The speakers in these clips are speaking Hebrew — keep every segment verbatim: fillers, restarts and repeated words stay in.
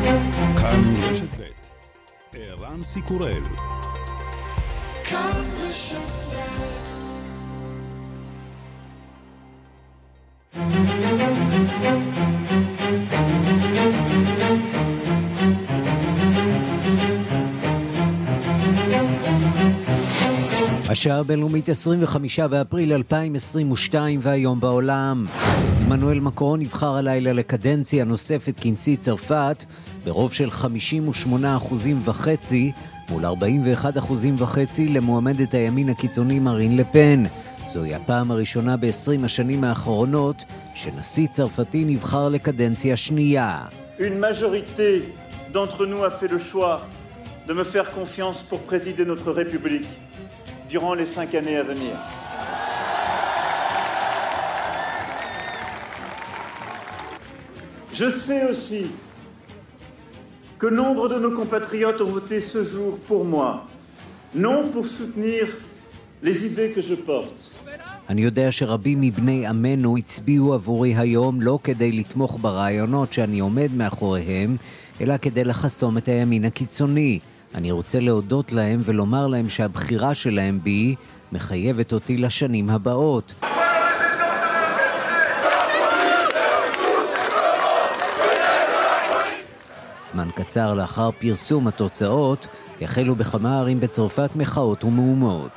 כאן רשת ב' ערן סיקורל. כאן רשת ב'. השעה הבינלאומית עשרים וחמישה באפריל אלפיים עשרים ושתיים, והיום בעולם. עמנואל מקרון נבחר הלילה לקדנציה נוספת כנשיא צרפת ברוב של חמישים ושמונה אחוזים וחצי מול ארבעים ואחד אחוזים וחצי למועמדת הימין הקיצוני מרין לפן. זוהי הפעם הראשונה ב-עשרים השנים האחרונות שנשיא צרפתי נבחר לקדנציה שנייה. Une majorité d'entre nous a fait le choix de me faire confiance pour présider notre République durant les cinq années à venir. Je sais aussi que nombre de nos compatriotes ont voté ce jour pour moi, non pour soutenir les idées que je porte. אני יודע שרבים מבני עמנו הצביעו עבורי היום לא כדי לתמוך ברעיונות שאני עומד מאחוריהם, אלא כדי לחסום את הימין הקיצוני. אני רוצה להודות להם ולומר להם שהבחירה שלהם בי מחייבת אותי לשנים הבאות. זמן קצר לאחר פרסום התוצאות, החלו בכמה ערים בצרפת מחאות ומהומות.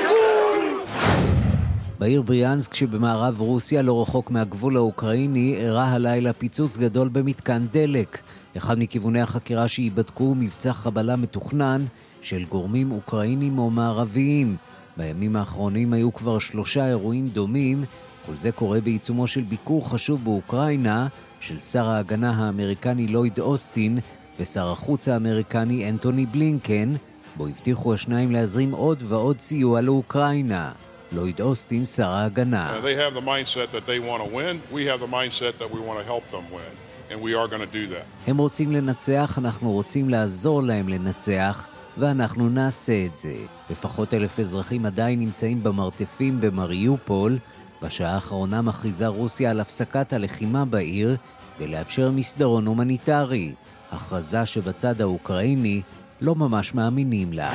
בעיר בריאנסק שבמערב רוסיה, לא רחוק מהגבול האוקראיני, אירע הלילה פיצוץ גדול במתקן דלק. אחד מכיווני החקירה שיבדקו מבצע חבלה מתוכנן של גורמים אוקראינים או מערביים. בימים האחרונים היו כבר שלושה אירועים דומים. כל זה קורה בעיצומו של ביקור חשוב באוקראינה של שר ההגנה האמריקני לויד אוסטין ושר החוץ האמריקני אנטוני בלינקן, בו הבטיחו השניים להזרים עוד ועוד סיוע לאוקראינה. לויד אוסטין, שר ההגנה. Uh, they have the mindset that they want to win. We have the mindset that we want to help them win. And we are going to do that. הם רוצים לנצח, אנחנו רוצים לעזור להם לנצח, ואנחנו נעשה את זה. לפחות אלף אזרחים עדיין נמצאים במרתפים במריופול. בשעה האחרונה מכריזה רוסיה על הפסקת הלחימה בעיר, כדי לאפשר מסדרון הומניטרי. הכרזה שבצד האוקראיני לא ממש מאמינים לה.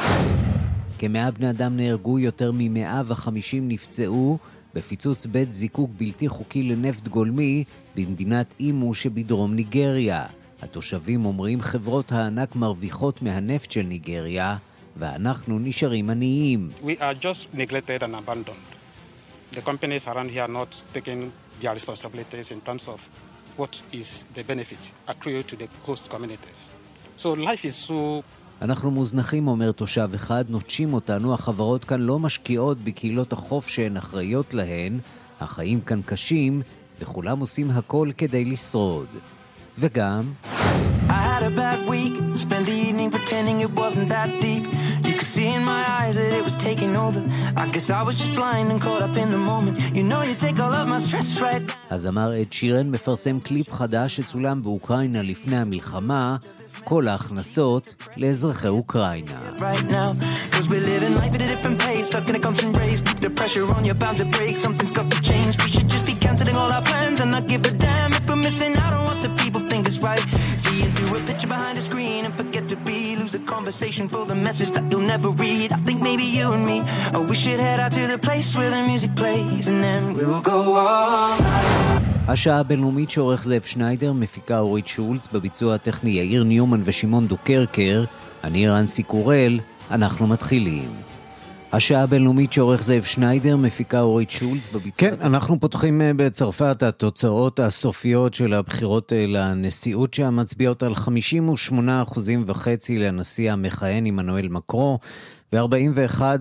כמאה בני אדם נהרגו, יותר מ-מאה וחמישים נפצעו בפיצוץ בית זיקוק בלתי חוקי לנפט גולמי במדינת אימו שבדרום ניגריה. התושבים אומרים חברות הענק מרוויחות מהנפט של ניגריה, ואנחנו נשארים עניים. We are just neglected and abandoned. The companies around here are not taking their responsibilities in terms of what is the benefits accrued to the host communities. So life is so... אנחנו מוזנחים, אומר תושב אחד, נוטשים אותנו, החברות כאן לא משקיעות בקהילות החוף שהן אחראיות להן, החיים כאן קשים, וכולם עושים הכל כדי לשרוד. וגם... I had a bad week, spent the evening pretending it wasn't that deep. You could see in my eyes that it was taking over. I guess I was just blind and caught up in the moment. You know you take all of my stress right. הזמר אד שירן מפרסם קליפ חדש שצולם באוקראינה לפני המלחמה, כל ההכנסות לאזרחי אוקראינה. Right now, cause we're living life at a different pace, stuck in a constant race, keep the pressure on, you're bound to break, something's got to change, we should just be cancelling all our plans and not give a damn if we're missing out on what the people think is right, seeing through a picture behind a screen and forget to be, lose the conversation for the message that you'll never read, I think maybe you and me, oh we should head out to the place where the music plays and then we'll go all night. השעה הבינלאומית שעורך זאב שניידר, מפיקה אורית שולץ, בביצוע הטכני יאיר ניומן ושמעון דוקרקר, אני ערן סיקורל, אנחנו מתחילים. השעה הבינלאומית שעורך זאב שניידר, מפיקה אורית שולץ, בביצוע... כן, אנחנו פותחים בצרפת התוצאות הסופיות של הבחירות לנשיאות שהמצביעות על חמישים ושמונה אחוזים וחצי לנשיא המכהן עמנואל מקרון, ו-ארבעים ואחד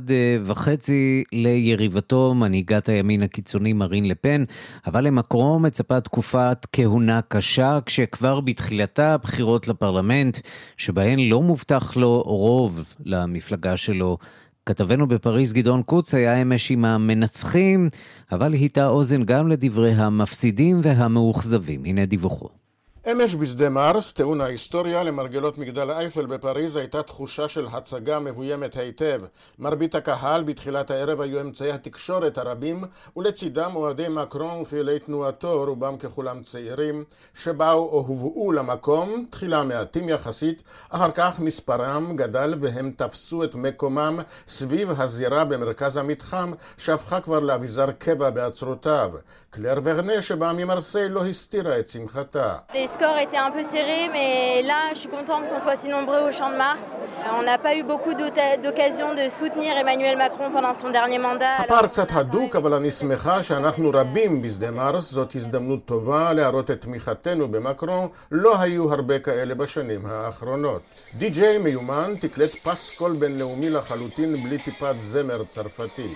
וחצי ליריבתו מנהיגת הימין הקיצוני מרין לפן, אבל למקרון מצפה תקופת כהונה קשה, כשכבר בתחילתה הבחירות לפרלמנט, שבהן לא מובטח לו רוב למפלגה שלו. כתבנו בפריז גדעון קוץ היה אמש עם המנצחים, אבל היטה אוזן גם לדברי המפסידים והמאוכזבים. הנה דיווחו. אמש בשדה מרס, טעון ההיסטוריה, למרגלות מגדל אייפל בפריז הייתה תחושה של הצגה מבוימת היטב. מרבית הקהל בתחילת הערב היו אמצעי התקשורת הרבים, ולצידם אוהדי מקרון ופעילי תנועתו, רובם ככולם צעירים, שבאו או הובאו למקום, תחילה מעטים יחסית, אחר כך מספרם גדל והם תפסו את מקומם סביב הזירה במרכז המתחם, שהפכה כבר לאביזר קבע בעצרותיו. קלר ורנה שבאה ממרסיי לא הסתירה את שמחתה. Les scores étaient un peu serrés, mais là, je suis contente qu'on soit si nombreux au Champ de Mars. On n'a pas eu beaucoup d'occasions de soutenir Emmanuel Macron pendant son dernier mandat. הפער קצת הדוק, אבל אני שמחה שאנחנו רבים בשדה מרס. זאת הזדמנות טובה להראות את תמיכתנו במקרון. לא היו הרבה כאלה בשנים האחרונות. די-ג'יי מיומן תקלט פסקול בינלאומי לחלוטין בלי טיפת זמר צרפתי.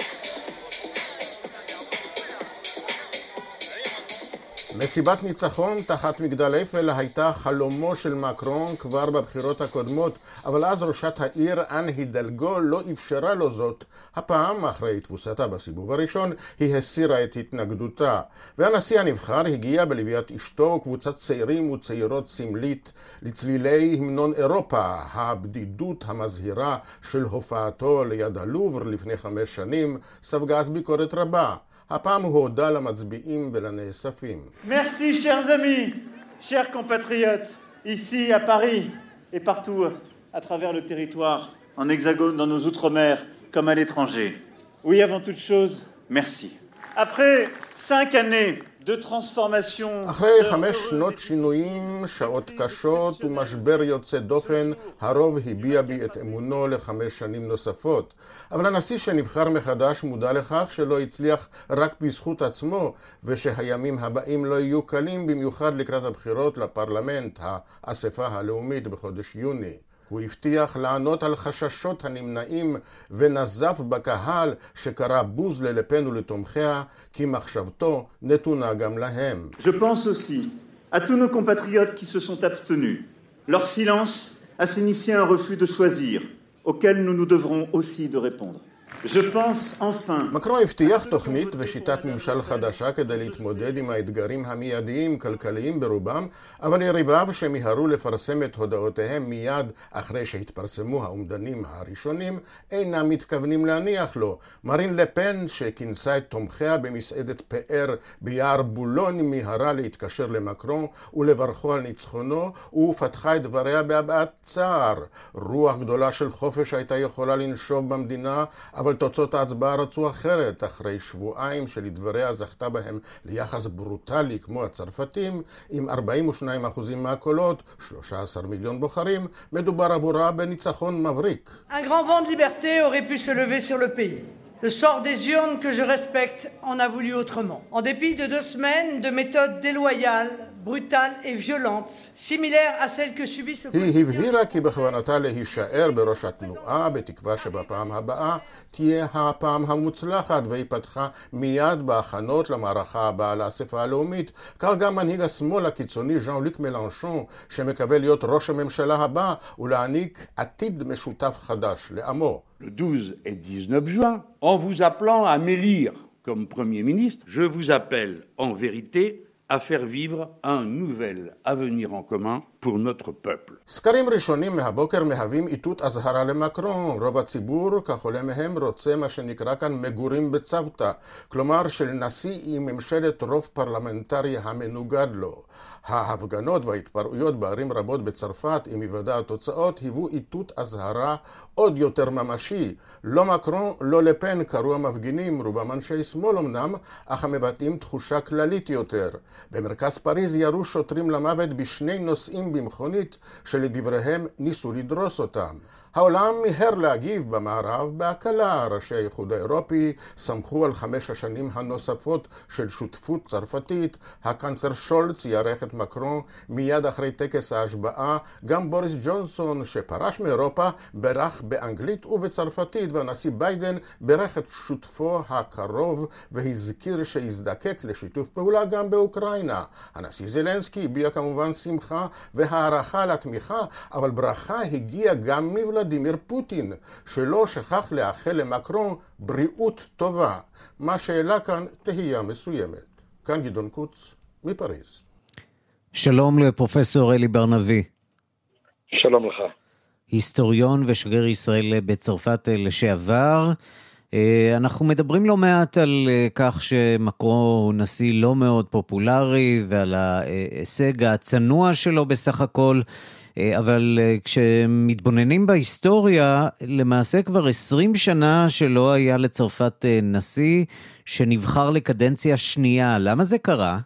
מסיבת ניצחון תחת מגדל אייפל הייתה חלומו של מקרון כבר בבחירות הקודמות, אבל אז ראשת העיר אן הידלגו לא אפשרה לו זאת. הפעם, אחרי תבוסתה בסיבוב הראשון, היא הסירה את התנגדותה. והנשיא הנבחר הגיע בלוויית אשתו וקבוצת צעירים וצעירות סמלית לצלילי המנון אירופה, הבדידות המזהירה של הופעתו ליד הלובר לפני חמש שנים, ספגה אז ביקורת רבה. הפעם הוא הודה למצביעים ולנאספים. Merci chers amis, chers compatriotes, ici à Paris et partout à travers le territoire, en hexagone, dans nos outre-mer, comme à l'étranger. Oui, avant toute chose, merci. Après cinq années de transformation, אחרי חמש שנות שינויים, שעות קשות ומשבר יוצא דופן, הרוב הביע בי את אמונו לחמש שנים נוספות. אבל הנשיא שנבחר מחדש מודע לכך שלא הצליח רק בזכות עצמו, ושהימים הבאים לא יהיו קלים, במיוחד לקראת הבחירות לפרלמנט, האספה הלאומית בחודש יוני. הוא הבטיח לענות על חששות הנמנעים ונזף בקהל שקרא בוז ללפן ולתומכיה, כי מחשבתו נתונה גם להם. Je pense aussi à tous nos compatriotes qui se sont abstenus. Leur silence a signifié un refus de choisir, auquel nous nous devrons aussi de répondre. Je pense enfin... מקרון הבטיח תוכנית ושיטת ממשל חדשה כדי להתמודד עם האתגרים המיידיים כלכליים ברובם, אבל יריביו שמיהרו לפרסם את הודעותיהם מיד אחרי שהתפרסמו האומדנים הראשונים, אינם מתכוונים להניח לו. מרין לפן שכינסה את תומכיה במסעדת פאר ביער בולון מיהרה להתקשר למקרון ולברכו על ניצחונו, ופתחה את דבריה בהבעת צער. רוח גדולה של חופש הייתה יכולה לנשוב במדינה, אבל תוצאות ההצבעה רצו אחרת. אחרי שבועיים שלדבריה זכתה בהם ליחס ברוטלי כמו הצרפתים, עם ארבעים ושניים אחוזים מהקולות, שלושה עשר מיליון בוחרים, מדובר עבורה בניצחון מבריק. Un grand vent de liberté aurait pu se lever sur le pays. Le sort des urnes que je respecte en a voulu autrement. En dépit de deux semaines de méthodes déloyales, brutales et violentes, similaires à celles que subit ce... היא הבהירה כי בכוונתה להישאר בראש התנועה, בתקווה שבפעם הבאה תהיה הפעם המוצלחת, והיא פתחה מיד בהכנות למערכה הבאה לאספה הלאומית. כך גם מנהיג השמאל הקיצוני ז'אן לוק מלנשון, שמקווה להיות ראש הממשלה הבא ולהעניק עתיד משותף חדש לעמו. Le douze et dix-neuf juin, en vous appelant à m'élire comme Premier ministre, je vous appelle en vérité à faire vivre un nouvel avenir en commun pour notre peuple. סקרים ראשונים מהבוקר מהווים איתות אזהרה למקרון. רוב הציבור, כחולה מהם, רוצה מה שנקרא כאן מגורים בצוותא, כלומר של נשיא עם ממשלת רוב פרלמנטרי המנוגד לו. ההפגנות וההתפרעויות בערים רבות בצרפת עם היוודע התוצאות היוו איתות אזהרה עוד יותר ממשי. לא מקרון, לא לפן קראו המפגינים, רובם אנשי שמאל אמנם, אך המבטאים תחושה כללית יותר. במרכז פריז ירו שוטרים למוות בשני נוסעים במכונית שלדבריהם ניסו לדרוס אותם. העולם מיהר להגיב במערב בהקלה. ראשי האיחוד האירופי סמכו על חמש השנים הנוספות של שותפות צרפתית. הקנצלר שולץ יערך את מקרון מיד אחרי טקס ההשבעה. גם בוריס ג'ונסון שפרש מאירופה ברך באנגלית ובצרפתית, והנשיא ביידן ברך את שותפו הקרוב והזכיר שיזדקק לשיתוף פעולה גם באוקראינה. הנשיא זלנסקי הביע כמובן שמחה והערכה לתמיכה, אבל ברכה הגיעה גם מוולדימיר פוטין, שלא שכח לאחל למקרון בריאות טובה, מה שאלה כאן תהייה מסוימת. כאן גדעון קוץ מפריז. שלום לפרופסור אלי בר-נביא. שלום לך. היסטוריון ושגריר ישראל בצרפת לשעבר. אנחנו מדברים לא מעט על כך שמקרו הוא נשיא לא מאוד פופולרי ועל ההישג הצנוע שלו בסך הכל, אבל כשמתבוננים בהיסטוריה, למעשה כבר עשרים שנה שלא היה לצרפת נשיא שנבחר לקדנציה שנייה. למה זה קרה?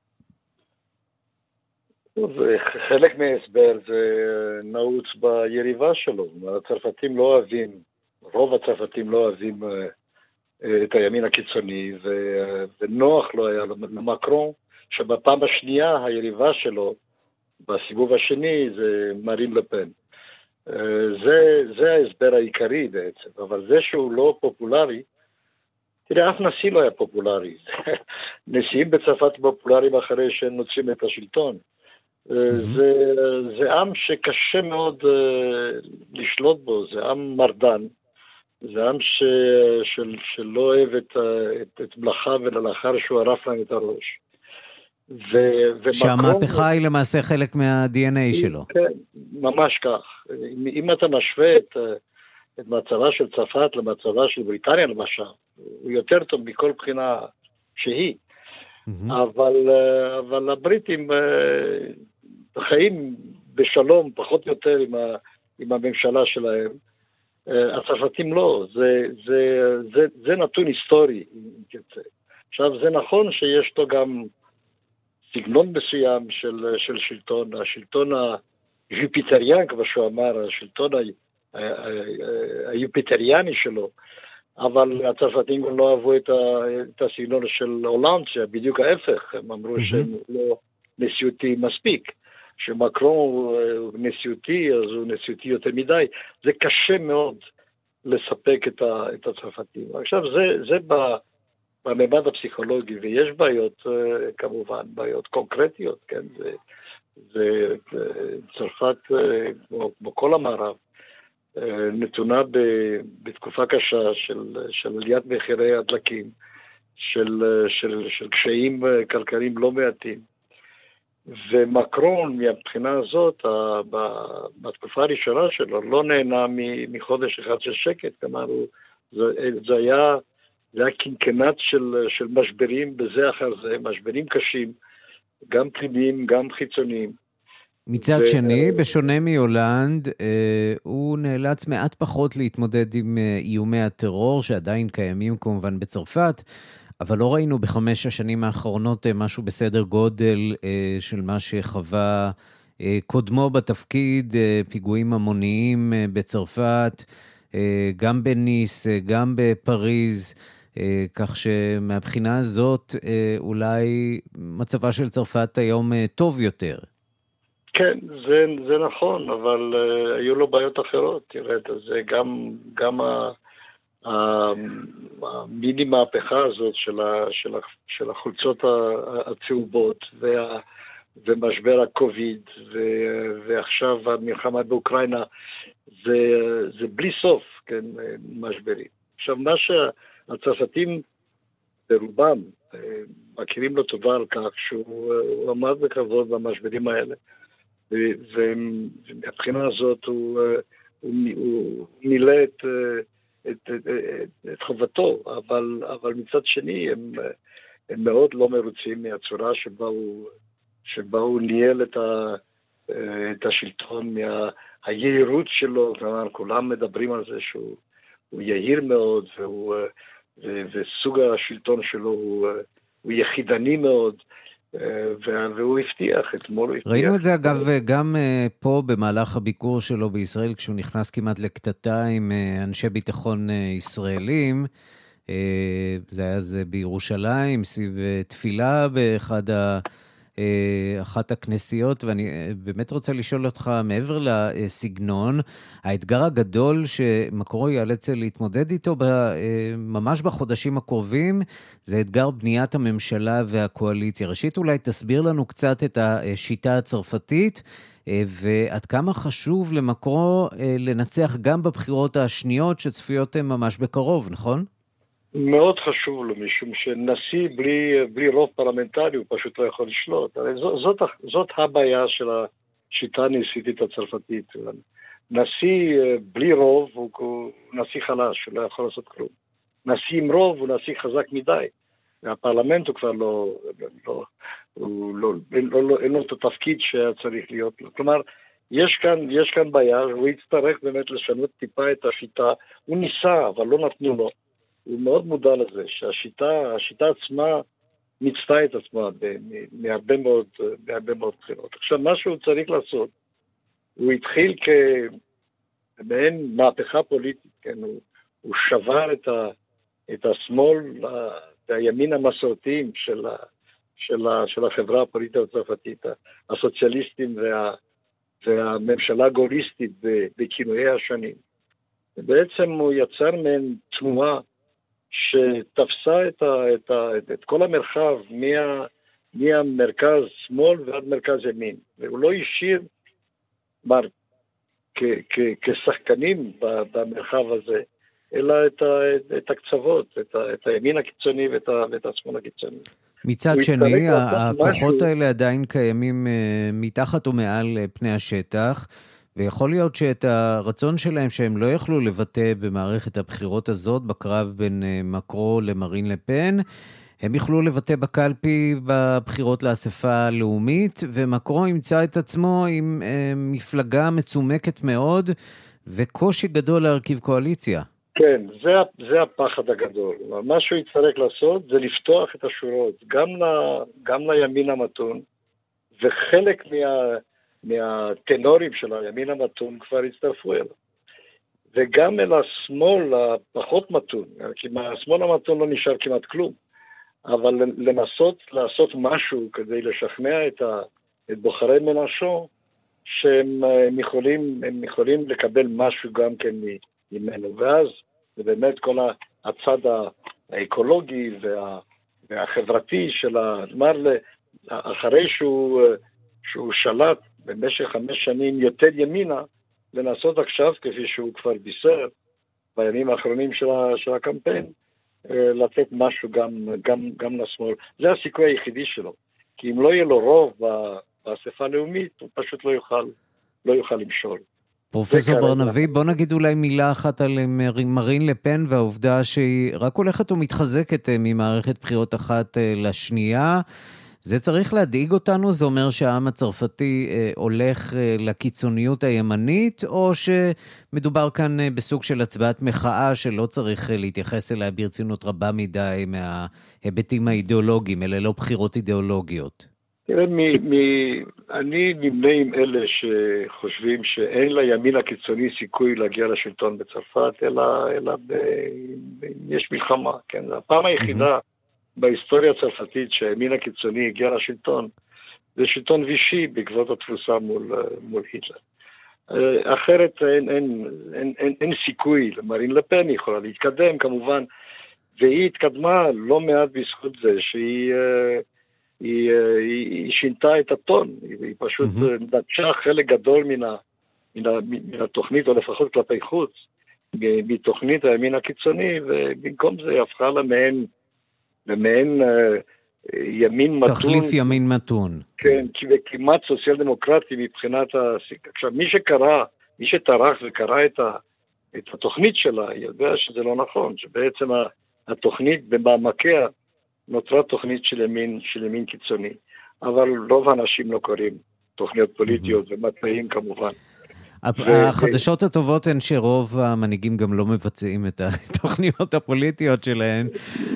חלק מההסבר זה נעוץ ביריבה שלו. הצרפתים לא אוהבים, רוב הצרפתים לא אוהבים את הימין הקיצוני, ונוח לא היה למקרון, שבפעם השנייה היריבה שלו, בסיבוב השני, זה מרין לפן. זה, זה ההסבר העיקרי בעצם, אבל זה שהוא לא פופולרי, תראה, אף נשיא לא היה פופולרי. נשיאים בצרפת פופולריים אחרי שהם נוצרים את השלטון. זה, זה עם שקשה מאוד uh, לשלוט בו, זה עם מרדן, זה עם ש, של, שלא אוהב את, את, את מלאכה ולאחר שהוא ערף להם את הראש. ו, שהמהפכה היא למעשה חלק מה-די אן איי שלו. כן, ממש כך. אם, אם אתה משווה את, את מצבה של צרפת למצבה של בריטניה למשל, הוא יותר טוב מכל בחינה שהיא. Mm-hmm. אבל, אבל הבריטים חיים בשלום פחות או יותר עם, ה, עם הממשלה שלהם. הצרפתים לא, זה, זה, זה, זה נתון היסטורי. עכשיו זה נכון שיש לו גם סגנון מסוים של, של שלטון, השלטון היופיטריאן, כמו שהוא אמר, השלטון היופיטריאני שלו, אבל הצרפתים גם לא אהבו את, ה, את הסגנון של הולנד, שבדיוק ההפך, הם אמרו mm-hmm. שהם לא נשיאותי מספיק, שמקרון הוא נשיאותי, אז הוא נשיאותי יותר מדי, זה קשה מאוד לספק את, ה, את הצרפתים. עכשיו זה, זה בממד הפסיכולוגי, ויש בעיות כמובן, בעיות קונקרטיות, כן, זה, זה צרפת כמו כל המערב, נתונה ב, בתקופה קשה של, של עליית מחירי הדלקים, של, של, של קשיים כלכליים לא מעטים. ומקרון, מהבחינה הזאת, בתקופה הראשונה שלו, לא נהנה מחודש אחד של שקט, כלומר, זה, זה היה, זה היה קנקנת של, של משברים בזה אחר זה, משברים קשים, גם פנימיים, גם חיצוניים. מצד ו... שני, בשונה מהולנד, אה, הוא נאלץ מעט פחות להתמודד עם אה, איומי הטרור, שעדיין קיימים כמובן בצרפת, אבל לא ראינו בחמש השנים האחרונות אה, משהו בסדר גודל אה, של מה שחווה אה, קודמו בתפקיד, אה, פיגועים המוניים אה, בצרפת, אה, גם בניס, אה, גם בפריז, אה, כך שמהבחינה הזאת אה, אולי מצבה של צרפת היום אה, טוב יותר. כן, זה, זה נכון, אבל uh, היו לו בעיות אחרות, תראה, זה גם, גם ה, ה, המיני מהפכה הזאת של, ה, של, ה, של החולצות הצהובות, וה, ומשבר הקוביד, ו, ועכשיו המלחמה באוקראינה, זה, זה בלי סוף, כן, משברים. עכשיו, מה שהצרפתים ברובם מכירים לו טובה על כך, שהוא עמד בכבוד במשברים האלה, ומבחינה הזאת הוא, הוא, הוא מילא את, את, את, את חובתו, אבל, אבל מצד שני הם, הם מאוד לא מרוצים מהצורה שבה הוא, שבה הוא ניהל את, ה, את השלטון, מהיהירות שלו, כלומר, כולם מדברים על זה שהוא הוא יהיר מאוד, והוא, וסוג השלטון שלו הוא, הוא יחידני מאוד, והוא הבטיח, אתמול הוא הבטיח. ראינו את זה אגב גם פה במהלך הביקור שלו בישראל, כשהוא נכנס כמעט לקטטה עם אנשי ביטחון ישראלים, זה היה זה בירושלים, סביב תפילה באחד ה... אחת הכנסיות, ואני באמת רוצה לשאול אותך, מעבר לסגנון, האתגר הגדול שמקרו ייאלץ להתמודד איתו ממש בחודשים הקרובים, זה אתגר בניית הממשלה והקואליציה. ראשית אולי תסביר לנו קצת את השיטה הצרפתית, ועד כמה חשוב למקרו לנצח גם בבחירות השניות שצפויות ממש בקרוב, נכון? מאוד חשוב לו, משום שנשיא בלי, בלי רוב פרלמנטרי הוא פשוט לא יכול לשלוט. זאת, זאת, זאת הבעיה של השיטה הנשיאותית הצרפתית. נשיא בלי רוב הוא, הוא נשיא חלש, הוא לא יכול לעשות כלום. נשיא עם רוב הוא נשיא חזק מדי. והפרלמנט הוא כבר לא, לא, הוא לא, לא, לא, אין לו את התפקיד שהיה צריך להיות לו. כלומר, יש כאן, יש כאן בעיה, הוא יצטרך באמת לשנות טיפה את השיטה. הוא ניסה, אבל לא נתנו לו. הוא מאוד מודע לזה, שהשיטה, השיטה עצמה מצטה את עצמה מהרבה מאוד, מהרבה מאוד בחינות. עכשיו, מה שהוא צריך לעשות, הוא התחיל כמעין מהפכה פוליטית, כן? הוא, הוא שבר את, ה, את השמאל והימין המסורתיים של, ה, של, ה, של החברה הפוליטית הצרפתית, הסוציאליסטים וה, והממשלה הגוליסטית בכינויי השנים. ובעצם הוא יצר מעין תנועה שתפסה את, ה, את, ה, את, את כל המרחב מה, מהמרכז שמאל ועד מרכז ימין. והוא לא השאיר בר, כ, כ, כשחקנים במרחב הזה, אלא את, ה, את, את הקצוות, את, ה, את הימין הקיצוני ואת, ה, ואת השמאל הקיצוני. מצד שני, הכוחות משהו... האלה עדיין קיימים מתחת ומעל פני השטח, ויכול להיות שאת הרצון שלהם שהם לא יכלו לבטא במערכת הבחירות הזאת, בקרב בין מקרו למרין לפן, הם יכלו לבטא בקלפי בבחירות לאספה הלאומית, ומקרו ימצא את עצמו עם מפלגה מצומקת מאוד, וקושי גדול להרכיב קואליציה. כן, זה, זה הפחד הגדול. מה שהוא יצטרך לעשות זה לפתוח את השורות, גם, ל, גם לימין המתון, וחלק מה... מהטנורים של הימין המתון כבר הצטרפו אליו. וגם אל השמאל הפחות מתון, כי מהשמאל המתון לא נשאר כמעט כלום, אבל לנסות לעשות משהו כדי לשכנע את, ה, את בוחרי מנשו, שהם יכולים, הם יכולים לקבל משהו גם כן ממנו. ואז זה באמת כל הצד האקולוגי וה, והחברתי של המר, אחרי שהוא, שהוא שלט, במשך חמש שנים יותר ימינה, לנסות עכשיו, כפי שהוא כבר בישר, בימים האחרונים של, ה, של הקמפיין, לתת משהו גם, גם, גם לשמאל. זה הסיכוי היחידי שלו. כי אם לא יהיה לו רוב באספה הלאומית, הוא פשוט לא יוכל, לא יוכל למשול. פרופסור ברנבי, בוא נגיד אולי מילה אחת על מרין לפן, והעובדה שהיא רק הולכת ומתחזקת ממערכת בחירות אחת לשנייה, זה צריך להדאיג אותנו? זה אומר שהעם הצרפתי אה, הולך אה, לקיצוניות הימנית, או שמדובר כאן אה, בסוג של הצבעת מחאה שלא צריך אה, להתייחס אליה ברצינות רבה מדי מההיבטים האידיאולוגיים, אלה לא בחירות אידיאולוגיות? תראה, מ- מ- אני נמנה עם אלה שחושבים שאין לימין הקיצוני סיכוי להגיע לשלטון בצרפת, אלא, אלא ב- ב- יש מלחמה. כן? הפעם היחידה בהיסטוריה הצרפתית שהימין הקיצוני הגיע לשלטון, זה שלטון וישי בעקבות התבוסה מול, מול היטלר. אחרת אין, אין, אין, אין, אין סיכוי למרין לפן, היא יכולה להתקדם כמובן, והיא התקדמה לא מעט בזכות זה שהיא היא, היא, היא שינתה את הטון, היא פשוט mm-hmm. נטשה חלק גדול מן, ה, מן, ה, מן התוכנית, או לפחות כלפי חוץ, מתוכנית הימין הקיצוני, ובמקום זה היא הפכה למעין במעין uh, ימין מתון. תחליף ימין מתון. כן, כמעט סוציאל דמוקרטי מבחינת ה... עכשיו, מי שקרא, מי שטרח וקרא את, ה, את התוכנית שלה, יודע שזה לא נכון, שבעצם התוכנית במעמקיה נותרה תוכנית של ימין, של ימין קיצוני. אבל רוב האנשים לא קוראים תוכניות פוליטיות ומטעים כמובן. החדשות הטובות הן שרוב המנהיגים גם לא מבצעים את התוכניות הפוליטיות שלהם.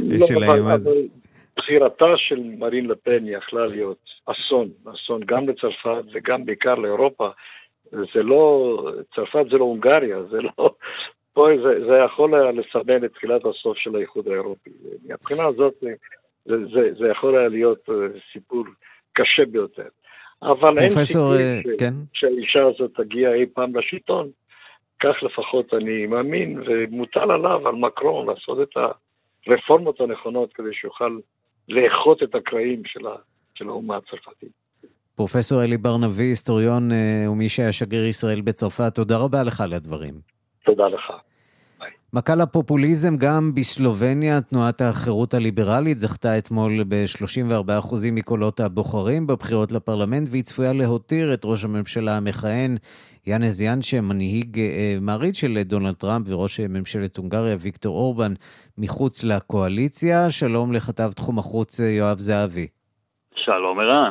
בחירתה של מרין לפן יכלה להיות אסון, אסון גם לצרפת וגם בעיקר לאירופה. זה לא, צרפת זה לא הונגריה, זה לא, פה זה, זה יכול היה לסמן את תחילת הסוף של האיחוד האירופי. מהבחינה הזאת זה, זה, זה יכול היה להיות סיפור קשה ביותר. אבל אין סיכוי כן? שהאישה הזאת תגיע אי פעם לשלטון, כך לפחות אני מאמין, ומוטל עליו, על מקרון, לעשות את הרפורמות הנכונות, כדי שיוכל לאחות את הקרעים של, ה, של האומה הצרפתית. פרופסור אלי ברנבי, היסטוריון ומי שהיה שגריר ישראל בצרפת, תודה רבה לך על הדברים. תודה לך. ביי. מכה לפופוליזם גם בסלובניה, תנועת החירות הליברלית זכתה אתמול ב-שלושים וארבעה אחוז מקולות הבוחרים בבחירות לפרלמנט, והיא צפויה להותיר את ראש הממשלה המכהן יאנז יאנשה, מנהיג מעריץ של דונלד טראמפ וראש ממשלת הונגריה ויקטור אורבן, מחוץ לקואליציה. שלום לכתב תחום החוץ יואב זהבי. שלום ערן.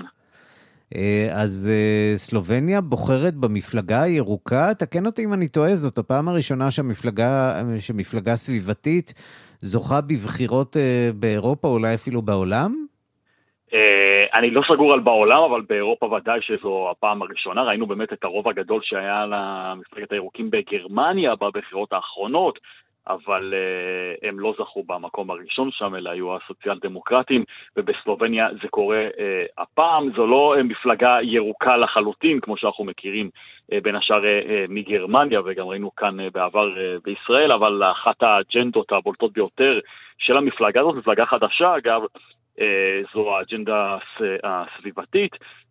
אז סלובניה בוחרת במפלגה הירוקה, תקן אותי אם אני טועה, זאת הפעם הראשונה שהמפלגה, שמפלגה סביבתית זוכה בבחירות באירופה, אולי אפילו בעולם? אני לא סגור על בעולם, אבל באירופה ודאי שזו הפעם הראשונה. ראינו באמת את הרוב הגדול שהיה למפלגת הירוקים בגרמניה בבחירות האחרונות, אבל uh, הם לא זכו במקום הראשון שם, אלא היו הסוציאל דמוקרטים, ובסלובניה זה קורה uh, הפעם. זו לא uh, מפלגה ירוקה לחלוטין, כמו שאנחנו מכירים uh, בין השאר uh, מגרמניה, וגם ראינו כאן uh, בעבר uh, בישראל, אבל אחת האג'נדות הבולטות ביותר של המפלגה הזאת, מפלגה חדשה אגב, uh, זו האג'נדה הסביבתית,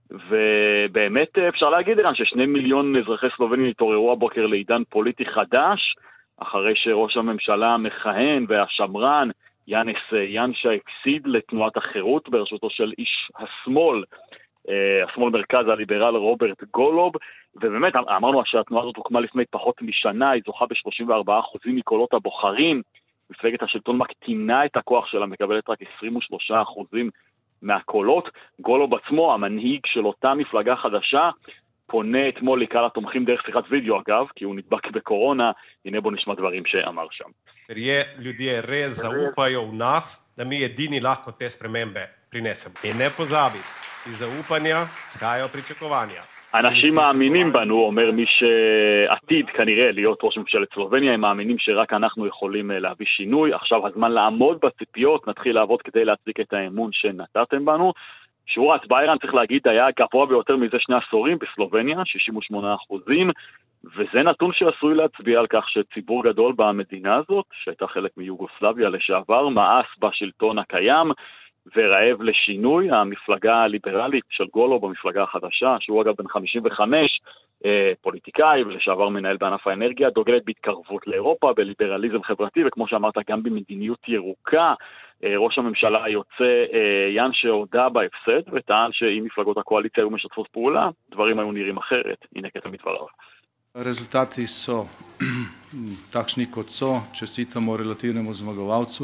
ובאמת אפשר להגיד כאן ששני מיליון אזרחי סלובניה התעוררו הבוקר לעידן פוליטי חדש, אחרי שראש הממשלה המכהן והשמרן יאנס יאנשה הקסיד לתנועת החירות בראשותו של איש השמאל, השמאל מרכז הליברל רוברט גולוב, ובאמת אמרנו שהתנועה הזאת הוקמה לפני פחות משנה, היא זוכה ב-שלושים וארבעה אחוז מקולות הבוחרים, מפלגת השלטון מקטינה את הכוח שלה, מקבלת רק עשרים ושלושה אחוז מהקולות. גולוב עצמו, המנהיג של אותה מפלגה חדשה, פונה אתמול לקהל התומכים דרך שיחת וידאו אגב, כי הוא נדבק בקורונה. הנה בוא נשמע דברים שאמר שם. Jer ljudje res zaupajo v nas, da mi edini lahko te spremembe prinesemo. In ne pozabi, iz zaupanja izhajajo pričakovanja. אנשים מאמינים בנו, אומר מי שעתיד כנראה להיות ראש ממשלת סלובניה, הם מאמינים שרק אנחנו יכולים להביא שינוי. עכשיו הזמן לעמוד בציפיות, נתחיל לעבוד כדי להצדיק את האמון שנתתם בנו. שיעור ההצבעה איראן, צריך להגיד, היה גבוה ביותר מזה שני עשורים בסלובניה, שישים ושמונה אחוזים, וזה נתון שעשוי להצביע על כך שציבור גדול במדינה הזאת, שהייתה חלק מיוגוסלביה לשעבר, מאס בשלטון הקיים ורעב לשינוי. המפלגה הליברלית של גולוב, במפלגה החדשה, שהוא אגב בן חמישים וחמש, פוליטיקאי ולשעבר מנהל בענף האנרגיה, דוגלת בהתקרבות לאירופה, בליברליזם חברתי, וכמו שאמרת גם במדיניות ירוקה. ראש הממשלה היוצא יאנשה הודה בהפסד וטען שאם מפלגות הקואליציה היו משתפות פעולה, דברים היו נראים אחרת. הנה קטע מדבריו. Rezultati so takšni kot so, čestitamo relativnemu zmagovalcu.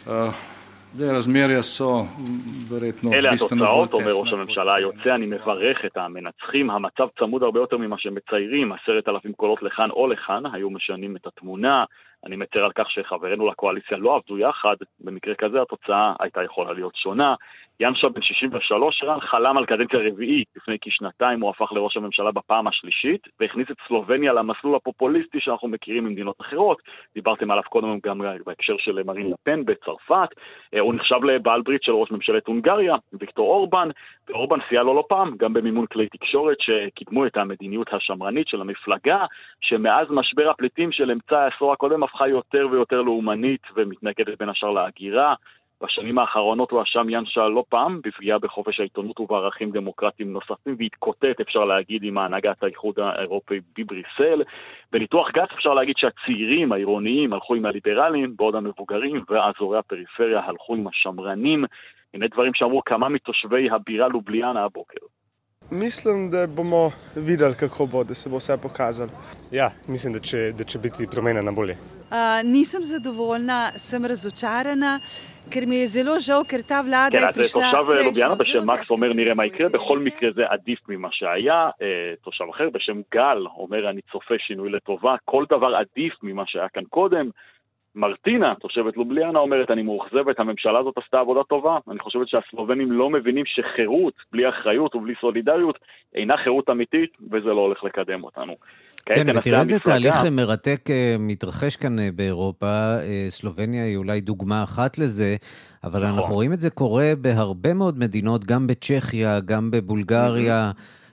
razmerja so verjetno אלה התוצאות, אומר ראש הממשלה היוצא, אני מברך את המנצחים, המצב צמוד הרבה יותר ממה שמציירים, עשרת אלפים קולות לכאן או לכאן, היו משנים את התמונה, אני מצר על כך שחברינו לקואליציה לא עבדו יחד, במקרה כזה התוצאה הייתה יכולה להיות שונה. יאנשה בן שישים ושלוש חלם על קדנציה רביעית, לפני כשנתיים הוא הפך לראש הממשלה בפעם השלישית, והכניס את סלובניה למסלול הפופוליסטי שאנחנו מכירים ממדינות אחרות, דיברתם עליו קודם גם בהקשר של מרין לפן בצרפת, הוא נחשב לבעל ברית של ראש ממשלת הונגריה, ויקטור אורבן, ואורבן סייע לו לא פעם, גם במימון כלי תקשורת שקידמו את המדיניות השמרנית של המפלגה, שמאז משבר הפליטים של אמצע העשור הקודם הפכה יותר ויותר לאומנית ומתנגדת בין השאר להגירה. בשנים האחרונות הוא אשם יאנשה לא פעם בפגיעה בחופש העיתונות ובערכים דמוקרטיים נוספים, והתקוטט אפשר להגיד עם ההנהגת האיחוד האירופי בבריסל. בניתוח גס אפשר להגיד שהצעירים העירוניים הלכו עם הליברלים, בעוד המבוגרים ואזורי הפריפריה הלכו עם השמרנים. הנה דברים שאמרו כמה מתושבי הבירה לובליאנה הבוקר. Mislim, da bomo videli, kako bo, da se bo vse pokazalo. Ja, mislim, da će, da će biti promena na bolje. Uh, nisem zadovoljna, sem razočarana, ker mi je zelo žal, ker ta vlada je prišla... כן, אז תושב לוביאנה בשם מקס אומר נראה מה יקרה, בכל מקרה זה עדיף ממה שהיה. תושב אחר בשם גל אומר אני צופה שינוי לטובה, כל דבר עדיף ממה שהיה כאן קודם. מרטינה, תושבת לובליאנה, אומרת, אני מאוכזבת, הממשלה הזאת עשתה עבודה טובה. אני חושבת שהסלובנים לא מבינים שחירות, בלי אחריות ובלי סולידריות, אינה חירות אמיתית, וזה לא הולך לקדם אותנו. כן, ותראה איזה תהליך מרתק מתרחש כאן באירופה. סלובניה היא אולי דוגמה אחת לזה, אבל אנחנו רואים את זה קורה בהרבה מאוד מדינות, גם בצ'כיה, גם בבולגריה,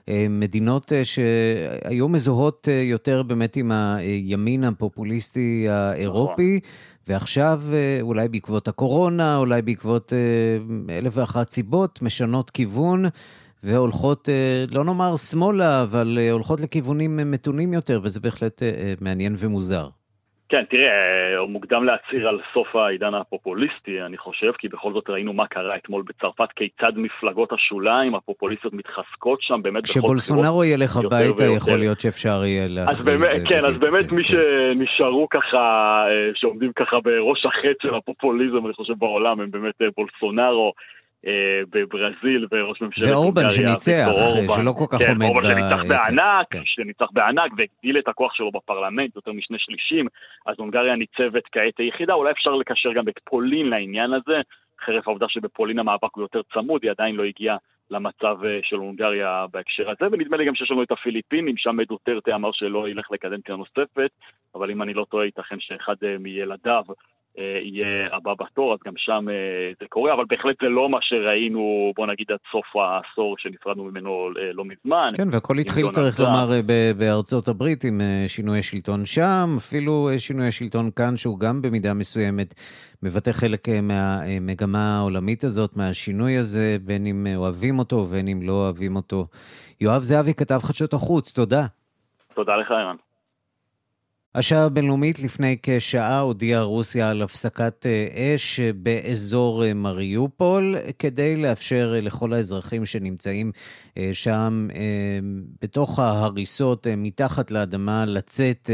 מדינות שהיו מזוהות יותר באמת עם הימין הפופוליסטי האירופי, ועכשיו אולי בעקבות הקורונה, אולי בעקבות אלף ואחת סיבות, משנות כיוון, והולכות, לא נאמר שמאלה, אבל הולכות לכיוונים מתונים יותר, וזה בהחלט מעניין ומוזר. כן, תראה, מוקדם להצהיר על סוף העידן הפופוליסטי, אני חושב, כי בכל זאת ראינו מה קרה אתמול בצרפת, כיצד מפלגות השוליים, הפופוליסטיות מתחזקות שם, באמת בכל בחירות. כשבולסונארו ילך הביתה, יכול להיות שאפשר יהיה להכריז. כן, אז באמת מי שנשארו ככה, שעומדים ככה בראש החץ של הפופוליזם, אני חושב בעולם, הם באמת בולסונארו, בברזיל וראש ממשלת ואורבן שניצח, שלא כל כך עומד אורבן שניצח בענק, שניצח בענק והגדיל את הכוח שלו בפרלמנט יותר משני שלישים, אז הונגריה ניצבת כעת היחידה. אולי אפשר לקשר גם את פולין לעניין הזה, חרף העובדה שבפולין המאבק הוא יותר צמוד, היא עדיין לא הגיעה למצב של הונגריה בהקשר הזה, ונדמה לי גם שיש לנו את הפיליפינים, שם דוטרטה אמר שלא ילך לקדנציה נוספת, אבל אם אני לא טועה, ייתכן שאחד מילדיו יהיה הבא בתור, אז גם שם זה קורה, אבל בהחלט זה לא מה שראינו, בוא נגיד עד סוף העשור שנפרדנו ממנו לא מזמן. כן, והכל התחיל צריך לומר בארצות הברית עם שינוי השלטון שם, אפילו שינוי השלטון כאן, שהוא גם במידה מסוימת מבטא חלק מהמגמה העולמית הזאת, מהשינוי הזה, בין אם אוהבים אותו ובין אם לא אוהבים אותו. יואב זהבי, כתב חדשות החוץ, תודה. תודה לך, אירן. השעה הבינלאומית לפני כשעה הודיעה רוסיה על הפסקת אש באזור מריופול, כדי לאפשר לכל האזרחים שנמצאים שם בתוך ההריסות מתחת לאדמה לצאת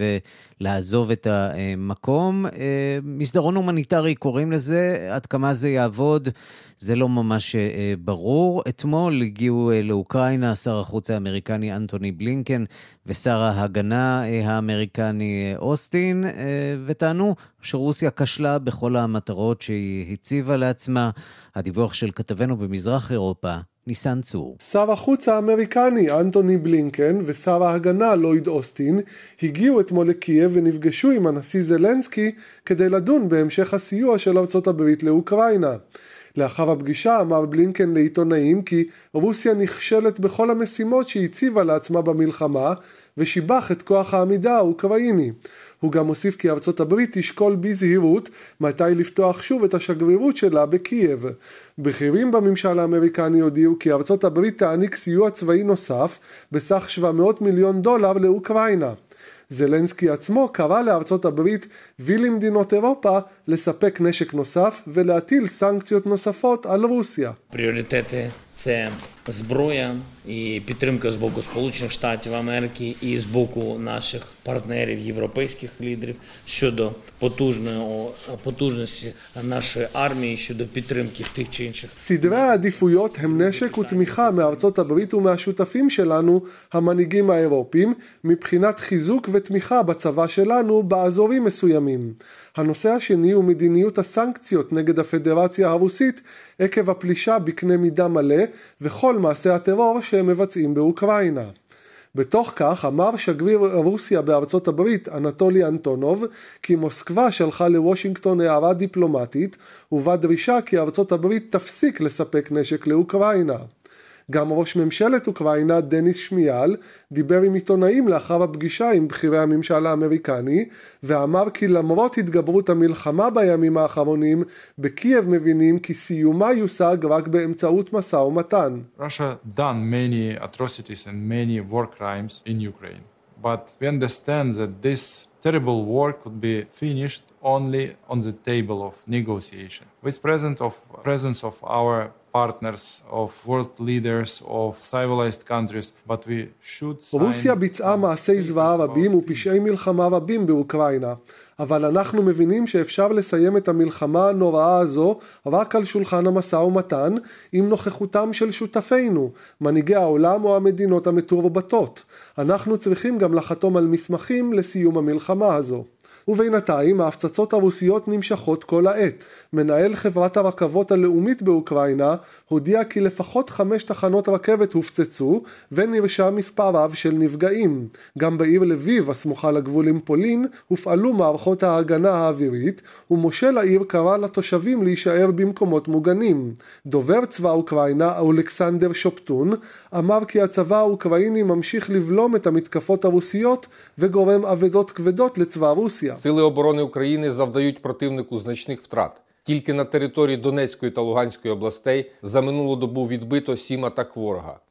ולעזוב את המקום. מסדרון הומניטרי קוראים לזה, עד כמה זה יעבוד זה לא ממש ברור. אתמול הגיעו לאוקראינה שר החוץ האמריקני אנטוני בלינקן ושר ההגנה האמריקני אוסטין, וטענו שרוסיה כשלה בכל המטרות שהיא הציבה לעצמה. הדיווח של כתבנו במזרח אירופה, ניסן צור. שר החוץ האמריקני אנטוני בלינקן ושר ההגנה לויד אוסטין הגיעו אתמול לקייב ונפגשו עם הנשיא זלנסקי כדי לדון בהמשך הסיוע של ארצות הברית לאוקראינה. לאחר הפגישה אמר בלינקן לעיתונאים כי רוסיה נכשלת בכל המשימות שהציבה לעצמה במלחמה, ושיבח את כוח העמידה האוקראיני. הוא גם הוסיף כי ארצות הברית תשקול בזהירות מתי לפתוח שוב את השגרירות שלה בקייב. בכירים בממשל האמריקני הודיעו כי ארצות הברית תעניק סיוע צבאי נוסף בסך שבע מאות מיליון דולר לאוקראינה. זלנסקי עצמו קרא לארצות הברית ולמדינות אירופה לספק נשק נוסף ולהטיל סנקציות נוספות על רוסיה. Пріоритети – це зброя і підтримка з боку Сполучених Штатів Америки і з боку наших партнерів, європейських лідерів щодо потужної, потужності нашої армії, щодо підтримки тих чи інших. סדרי העדיפויות הם נשק ותמיכה מארצות הברית ומהשותפים שלנו, המנהיגים האירופים, מבחינת חיזוק ותמיכה בצבא שלנו באזורים מסוימים. הנושא השני הוא מדיניות הסנקציות נגד הפדרציה הרוסית עקב הפלישה בקנה מידה מלא וכל מעשי הטרור שהם מבצעים באוקראינה. בתוך כך אמר שגריר רוסיה בארצות הברית אנטולי אנטונוב כי מוסקבה שלחה לוושינגטון הערה דיפלומטית ובה דרישה כי ארצות הברית תפסיק לספק נשק לאוקראינה. גם ראש ממשלת אוקראינה דניס שמיאל דיבר עם עיתונאים לאחר הפגישה עם בכירי הממשל האמריקני ואמר כי למרות התגברות המלחמה בימים האחרונים בקייב מבינים כי סיומה יושג רק באמצעות משא ומתן. Russia done many atrocities and many war crimes in Ukraine, but we understand that this terrible war could be finished only on the table of negotiation with presence of presence of our partners, of world leaders, of civilized countries, but we should sign... רוסיה ביצעה מעשי זוועה רבים ופשעי מלחמה רבים באוקראינה, אבל אנחנו מבינים שאפשר לסיים את המלחמה הנוראה הזו רק על שולחן המשא ומתן עם נוכחותם של שותפינו, מנהיגי העולם או המדינות המתורבתות. אנחנו צריכים גם לחתום על מסמכים לסיום המלחמה הזו. ובינתיים ההפצצות הרוסיות נמשכות כל העת. מנהל חברת הרכבות הלאומית באוקראינה הודיע כי לפחות חמש תחנות רכבת הופצצו ונרשם מספר רב של נפגעים. גם בעיר לביב הסמוכה לגבול עם פולין הופעלו מערכות ההגנה האווירית ומושל העיר קרא לתושבים להישאר במקומות מוגנים. דובר צבא אוקראינה אולכסנדר שופטון אמר כי הצבא האוקראיני ממשיך לבלום את המתקפות הרוסיות וגורם אבדות כבדות לצבא רוסיה. Сили оборони України завдають противнику значних втрат. Тільки на території Донецької та Луганської областей за минулу добу відбито сім атак ворога.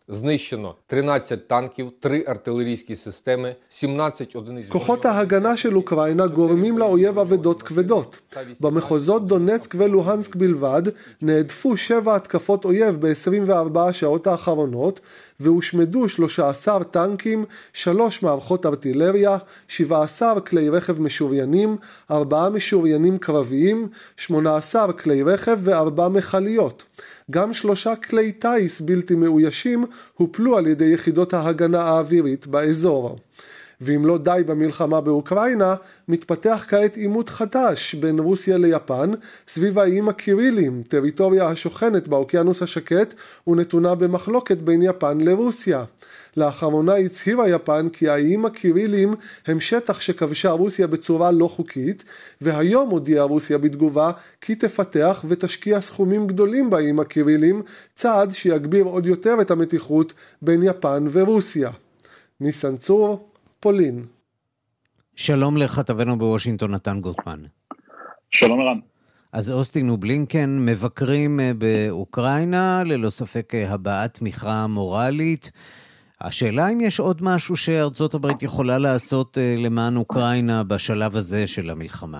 Знищено тринадцять танків, три артилерійські системи, сімнадцять одиниць... כוחות ההגנה של אוקראינה גורמים לאויב אבדות כבדות. במחוזות דונצק ולוהנסק בלבד נהדפו שבע התקפות אויב ב-עשרים וארבע השעות האחרונות, והושמדו שלושה עשר טנקים, שלוש מערכות ארטילריה, שבעה עשר כלי רכב משוריינים, ארבעה משוריינים קרביים, שמונה עשר כלי רכב וארבע מכליות. גם שלושה כלי טייס בלתי מאוישים הופלו על ידי יחידות ההגנה האווירית באזור. ואם לא די במלחמה באוקראינה, מתפתח כעת עימות חדש בין רוסיה ליפן סביב האיים הקירילים, טריטוריה השוכנת באוקיינוס השקט ונתונה במחלוקת בין יפן לרוסיה. לאחרונה הצהירה יפן כי האיים הקירילים הם שטח שכבשה רוסיה בצורה לא חוקית, והיום הודיעה רוסיה בתגובה כי תפתח ותשקיע סכומים גדולים באיים הקירילים, צעד שיגביר עוד יותר את המתיחות בין יפן ורוסיה. ניסן צור, פולין. שלום לכתבנו בוושינגטון נתן גוטמן. שלום ערן. אז אוסטין ובלינקן מבקרים באוקראינה, ללא ספק הבעת תמיכה מורלית. השאלה אם יש עוד משהו שארצות הברית יכולה לעשות למען אוקראינה בשלב הזה של המלחמה.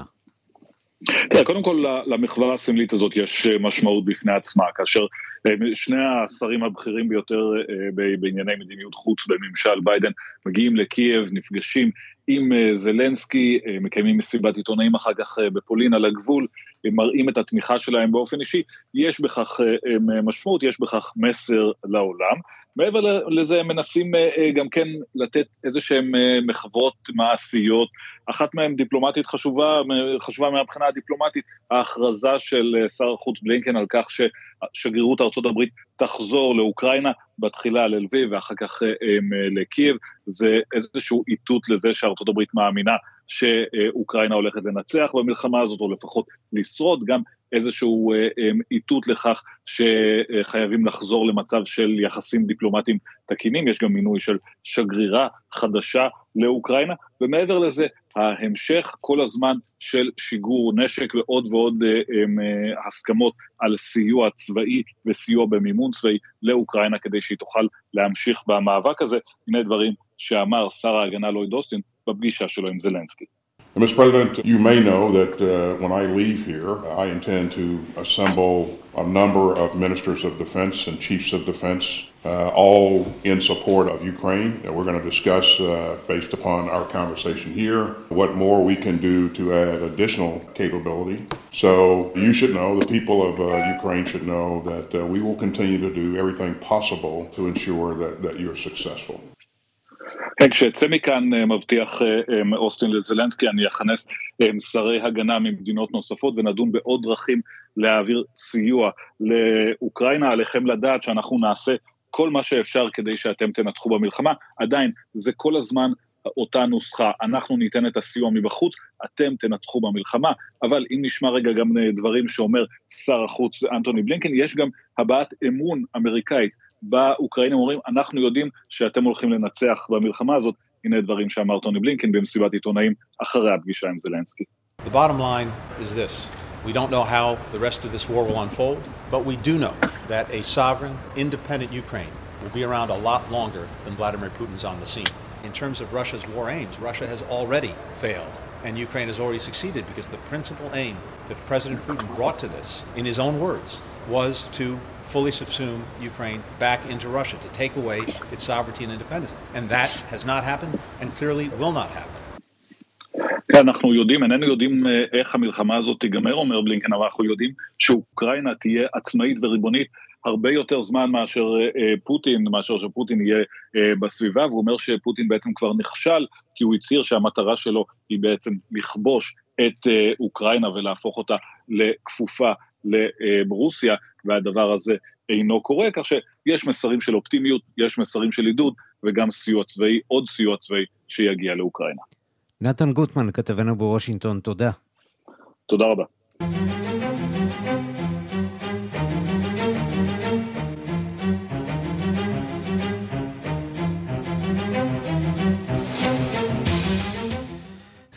תראה, קודם כל למחווה הסמלית הזאת יש משמעות בפני עצמה, כאשר שני השרים הבכירים ביותר בענייני מדיניות חוץ בממשל ביידן מגיעים לקייב, נפגשים עם זלנסקי, מקיימים מסיבת עיתונאים אחר כך בפולין על הגבול, מראים את התמיכה שלהם באופן אישי, יש בכך משמעות, יש בכך מסר לעולם. מעבר לזה הם מנסים גם כן לתת איזה שהם מחוות מעשיות, אחת מהן דיפלומטית חשובה, חשובה מהבחינה הדיפלומטית, ההכרזה של שר החוץ בלינקן על כך ששגרירות ארצות הברית תחזור לאוקראינה, בתחילה ללביב ואחר כך לקייב, זה איזשהו איתות לזה שארצות הברית מאמינה שאוקראינה הולכת לנצח במלחמה הזאת, או לפחות לשרוד, גם איזשהו איתות לכך שחייבים לחזור למצב של יחסים דיפלומטיים תקינים, יש גם מינוי של שגרירה חדשה לאוקראינה, ומעבר לזה ההמשך כל הזמן של שיגור נשק ועוד ועוד הם, הסכמות על סיוע צבאי וסיוע במימון צבאי לאוקראינה כדי שהיא תוכל להמשיך במאבק הזה. הנה דברים שאמר שר ההגנה לויד אוסטין בפגישה שלו עם זלנסקי. Mister President, you may know that uh, when I leave here, I intend to assemble a number of ministers of defense and chiefs of defense, uh, all in support of Ukraine. Uh, we're going to discuss, uh, based upon our conversation here, what more we can do to add additional capability. So you should know, the people of uh, Ukraine should know that uh, we will continue to do everything possible to ensure that, that you're successful. כן, כשיצא מכאן מבטיח אוסטין לזלנסקי, אני אכנס שרי הגנה ממדינות נוספות ונדון בעוד דרכים להעביר סיוע לאוקראינה. עליכם לדעת שאנחנו נעשה כל מה שאפשר כדי שאתם תנצחו במלחמה. עדיין זה כל הזמן אותה נוסחה, אנחנו ניתן את הסיוע מבחוץ, אתם תנצחו במלחמה. אבל אם נשמע רגע גם דברים שאומר שר החוץ אנטוני בלינקן, יש גם הבעת אמון אמריקאית באוקראינים, אומרים, אנחנו יודעים שאתם הולכים לנצח במלחמה הזאת. הנה דברים שאמר טוני בלינקן במסיבת עיתונאים אחרי הפגישה עם זלנסקי. The bottom line is this. We don't know how the rest of this war will unfold, but we do know that a sovereign, independent Ukraine will be around a lot longer than Vladimir Putin's on the scene. In terms of Russia's war aims, Russia has already failed, and Ukraine has already succeeded because the principal aim that President Putin brought to this, in his own words, was to fully subsume Ukraine back into Russia, to take away its sovereignty and independence. And that has not happened, and clearly will not happen. אנחנו יודעים, איננו יודעים איך המלחמה הזאת תיגמר, אומר בלינקן, אבל אנחנו יודעים שאוקראינה תהיה עצמאית וריבונית הרבה יותר זמן מאשר פוטין, מאשר שפוטין יהיה בסביבה, והוא אומר שפוטין בעצם כבר נכשל, כי הוא הצהיר שהמטרה שלו היא בעצם לכבוש את אוקראינה ולהפוך אותה לכפופה לרוסיה, והדבר הזה אינו קורה, כך שיש מסרים של אופטימיות, יש מסרים של עידוד, וגם סיוע צבאי, עוד סיוע צבאי שיגיע לאוקראינה. נתן גוטמן, כתבנו בוושינגטון, תודה. תודה רבה.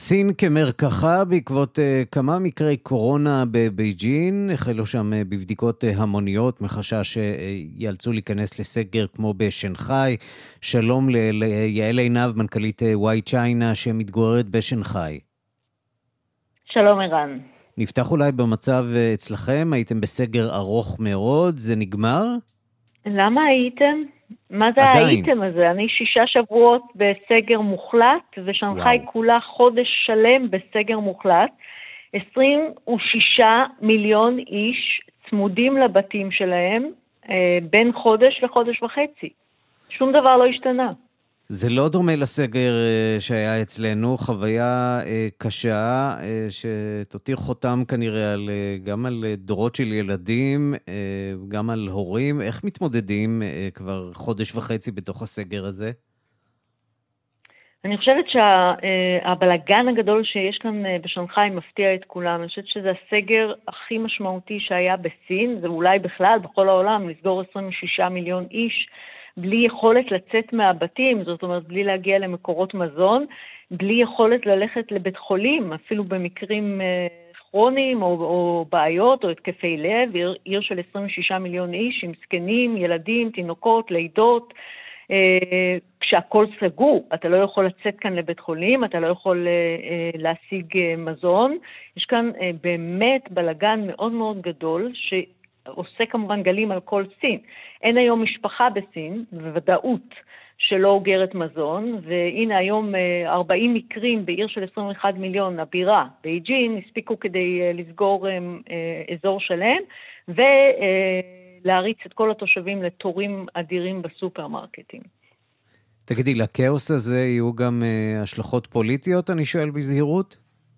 סין כמרקחה בעקבות uh, כמה מקרי קורונה בבייג'ין, החלו שם uh, בבדיקות uh, המוניות, מחשש שיאלצו uh, להיכנס לסגר כמו בשנחאי. שלום ל- ליעל עינב, מנכ"לית uh, וואי צ'יינה שמתגוררת בשנחאי. שלום ערן. נפתח אולי במצב uh, אצלכם, הייתם בסגר ארוך מאוד, זה נגמר? למה הייתם? מה זה עדיין. הייתם הזה? אני שישה שבועות בסגר מוחלט, ושנחאי כולה חודש שלם בסגר מוחלט. עשרים ושישה מיליון איש צמודים לבתים שלהם, אה, בין חודש לחודש וחצי. שום דבר לא השתנה. זה לא דומה לסגר שהיה אצלנו, חוויה קשה שתותיר חותם כנראה על, גם על דורות של ילדים, גם על הורים. איך מתמודדים כבר חודש וחצי בתוך הסגר הזה? אני חושבת שהבלגן הגדול שיש כאן בשנחאי מפתיע את כולם. אני חושבת שזה הסגר הכי משמעותי שהיה בסין, זה אולי בכלל בכל העולם, לסגור עשרים ושישה מיליון איש, בלי יכולת לצאת מהבתים, זאת אומרת, בלי להגיע למקורות מזון, בלי יכולת ללכת לבית חולים, אפילו במקרים כרוניים או, או בעיות או התקפי לב, עיר, עיר של עשרים ושישה מיליון איש, עם זקנים, ילדים, תינוקות, לידות, כשהכל סגור, אתה לא יכול לצאת כאן לבית חולים, אתה לא יכול להשיג מזון. יש כאן באמת בלגן מאוד מאוד גדול, ש... עושה כמובן גלים על כל סין. אין היום משפחה בסין, בוודאות, שלא אוגרת מזון, והנה היום ארבעים מקרים בעיר של עשרים ואחד מיליון, הבירה, בייג'ין, הספיקו כדי לסגור אזור שלם, ולהריץ את כל התושבים לתורים אדירים בסופרמרקטים. תגידי, לכאוס הזה יהיו גם השלכות פוליטיות, אני שואל בזהירות?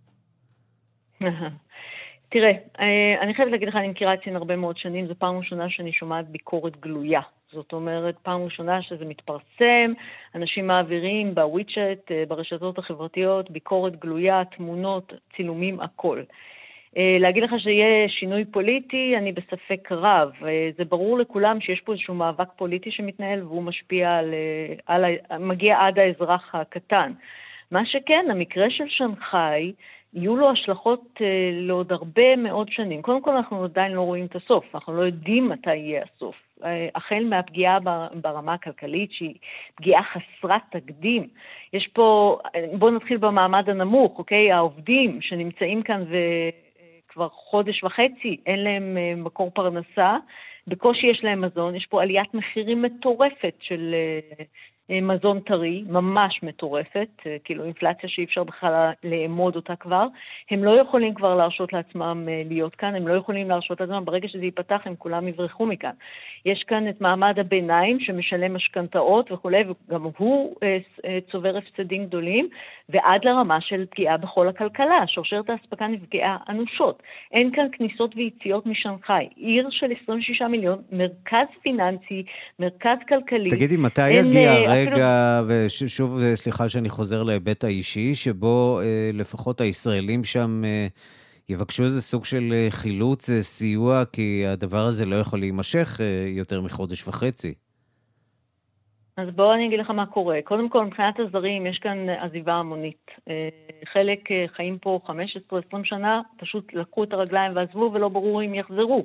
תראה, אני חייבת להגיד לך, אני מכירה את סין הרבה מאוד שנים, זו פעם ראשונה שאני שומעת ביקורת גלויה. זאת אומרת, פעם ראשונה שזה מתפרסם, אנשים מעבירים בוויצ'ט, ברשתות החברתיות, ביקורת גלויה, תמונות, צילומים, הכל. להגיד לך שיהיה שינוי פוליטי, אני בספק רב. זה ברור לכולם שיש פה איזשהו מאבק פוליטי שמתנהל, והוא משפיע על, על, מגיע עד האזרח הקטן. מה שכן, המקרה של שנחאי, יהיו לו השלכות uh, לעוד הרבה מאוד שנים. קודם כל אנחנו עדיין לא רואים את הסוף, אנחנו לא יודעים מתי יהיה הסוף. Uh, החל מהפגיעה ברמה הכלכלית שהיא פגיעה חסרת תקדים. יש פה, בואו נתחיל במעמד הנמוך, אוקיי? העובדים שנמצאים כאן וכבר חודש וחצי אין להם uh, מקור פרנסה, בקושי יש להם מזון, יש פה עליית מחירים מטורפת של uh, מזון טרי, ממש מטורפת, כאילו אינפלציה שאי אפשר בכלל לאמוד אותה כבר. הם לא יכולים כבר להרשות לעצמם להיות כאן, הם לא יכולים להרשות לעצמם, ברגע שזה ייפתח הם כולם יברחו מכאן. יש כאן את מעמד הביניים שמשלם משכנתאות וכו', וגם הוא צובר הפסדים גדולים, ועד לרמה של פגיעה בכל הכלכלה, שרשרת האספקה נפגעה אנושות. אין כאן כניסות ויציאות משנחאי, עיר של עשרים ושישה מיליון, מרכז פיננסי, מרכז כלכלי. תגידי, מתי יגיע רגע, ושוב סליחה שאני חוזר להיבט האישי, שבו אה, לפחות הישראלים שם אה, יבקשו איזה סוג של אה, חילוץ, אה, סיוע, כי הדבר הזה לא יכול להימשך אה, יותר מחודש וחצי. אז בואו אני אגיד לך מה קורה. קודם כל, מבחינת הזרים, יש כאן עזיבה המונית. אה, חלק אה, חיים פה חמש עשרה עשרים שנה, פשוט לקחו את הרגליים ועזבו, ולא ברור אם יחזרו.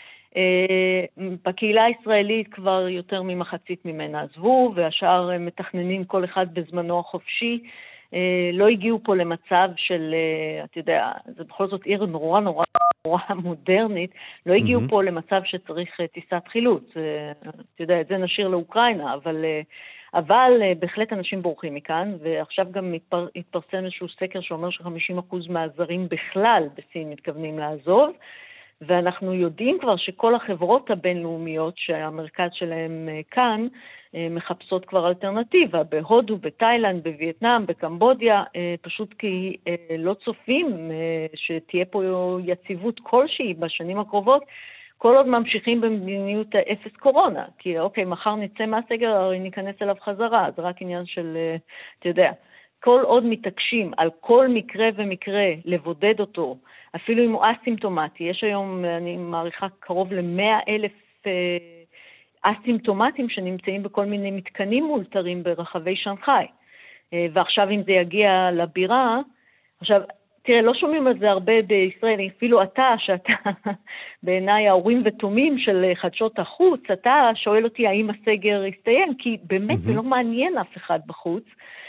בקהילה הישראלית כבר יותר ממחצית ממנה עזבו, והשאר מתכננים כל אחד בזמנו החופשי. לא הגיעו פה למצב של, אתה יודע, זה בכל זאת עיר נורא נורא נורא מודרנית, לא הגיעו mm-hmm. פה למצב שצריך טיסת חילוץ. אתה יודע, את זה נשאיר לאוקראינה, אבל, אבל בהחלט אנשים בורחים מכאן, ועכשיו גם התפר, התפרסם איזשהו סקר שאומר ש-חמישים אחוז מהזרים בכלל בסין מתכוונים לעזוב, ואנחנו יודעים כבר שכל החברות הבינלאומיות שהמרכז שלהם כאן מחפשות כבר אלטרנטיבה, בהודו, בתאילנד, בווייטנאם, בקמבודיה, פשוט כי לא צופים שתהיה פה יציבות כלשהי בשנים הקרובות, כל עוד ממשיכים במדיניות אפס קורונה, כי אוקיי, מחר נצא מהסגר, הרי ניכנס אליו חזרה, זה רק עניין של, אתה יודע, כל עוד מתעקשים על כל מקרה ומקרה לבודד אותו, אפילו אם הוא אסימפטומטי, יש היום, אני מעריכה, קרוב ל-מאה אלף אסימפטומטים שנמצאים בכל מיני מתקנים מולתרים ברחבי שנחאי. ועכשיו אם זה יגיע לבירה, עכשיו, תראה, לא שומעים על זה הרבה בישראל, אפילו אתה, שאתה בעיניי ההורים ותומים של חדשות החוץ, אתה שואל אותי האם הסגר יסתיים, כי באמת זה לא מעניין אף אחד בחוץ.